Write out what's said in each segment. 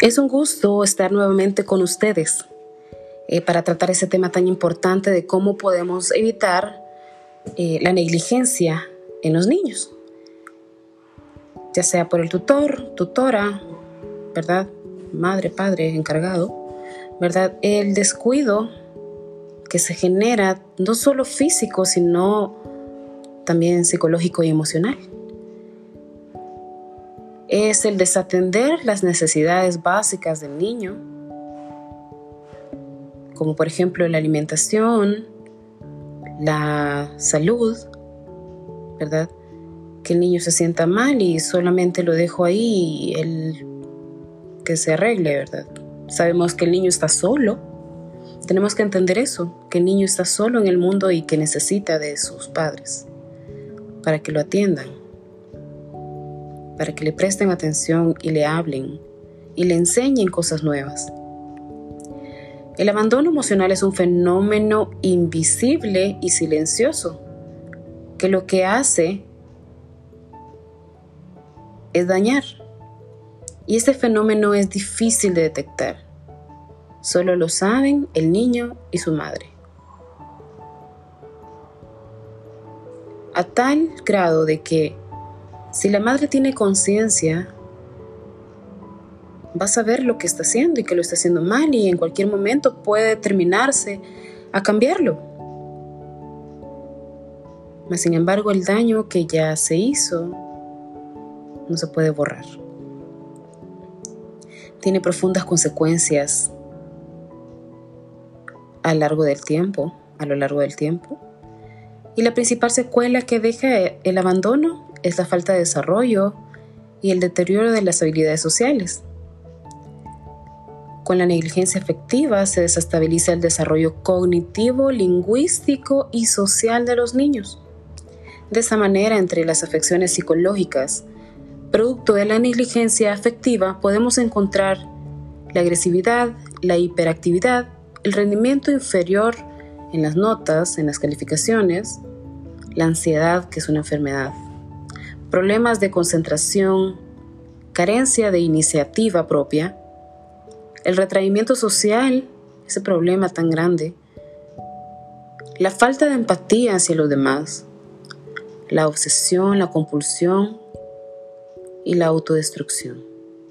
Es un gusto estar nuevamente con ustedes para tratar ese tema tan importante de cómo podemos evitar la negligencia en los niños, ya sea por el tutor, tutora, ¿verdad? Madre, padre, encargado, ¿verdad? El descuido que se genera no solo físico, sino también psicológico y emocional. Es el desatender las necesidades básicas del niño, como por ejemplo la alimentación, la salud, ¿verdad? Que el niño se sienta mal y solamente lo dejo ahí y él que se arregle, ¿verdad? Sabemos que el niño está solo. Tenemos que entender eso, que el niño está solo en el mundo y que necesita de sus padres para que lo atiendan, para que le presten atención y le hablen y le enseñen cosas nuevas. El abandono emocional es un fenómeno invisible y silencioso, que lo que hace es dañar. Y este fenómeno es difícil de detectar. Solo lo saben el niño y su madre. A tal grado de que si la madre tiene conciencia, va a saber lo que está haciendo y que lo está haciendo mal y en cualquier momento puede determinarse a cambiarlo. Mas sin embargo, el daño que ya se hizo no se puede borrar. Tiene profundas consecuencias a lo largo del tiempo. Y la principal secuela que deja el abandono es la falta de desarrollo y el deterioro de las habilidades sociales. Con la negligencia afectiva se desestabiliza el desarrollo cognitivo, lingüístico y social de los niños. De esa manera, entre las afecciones psicológicas, producto de la negligencia afectiva, podemos encontrar la agresividad, la hiperactividad, el rendimiento inferior en las notas, en las calificaciones, la ansiedad, que es una enfermedad, problemas de concentración, carencia de iniciativa propia, el retraimiento social, ese problema tan grande, la falta de empatía hacia los demás, la obsesión, la compulsión y la autodestrucción.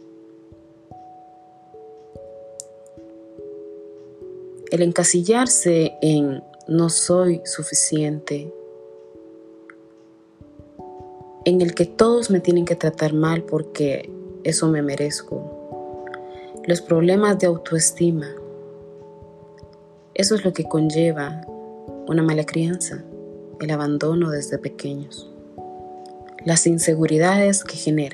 El encasillarse en no soy suficiente, en el que todos me tienen que tratar mal porque eso me merezco, los problemas de autoestima, eso es lo que conlleva una mala crianza, el abandono desde pequeños, las inseguridades que genera.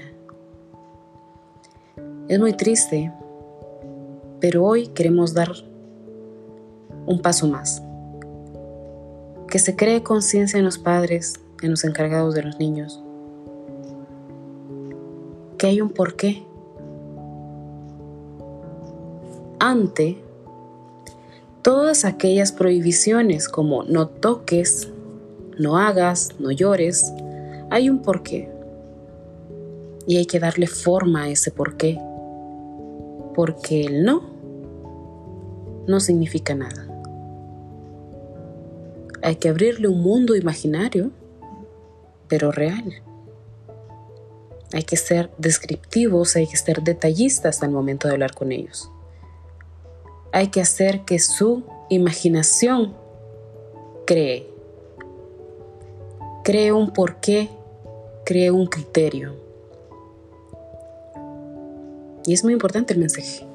Es muy triste, pero hoy queremos dar un paso más. Que se cree conciencia en los padres, en los encargados de los niños. Que hay un porqué. Ante todas aquellas prohibiciones como no toques, no hagas, no llores, hay un porqué. Y hay que darle forma a ese porqué. Porque el no significa nada. Hay que abrirle un mundo imaginario, pero real. Hay que ser descriptivos, hay que ser detallistas al momento de hablar con ellos. Hay que hacer que su imaginación cree un porqué, cree un criterio. Y es muy importante el mensaje.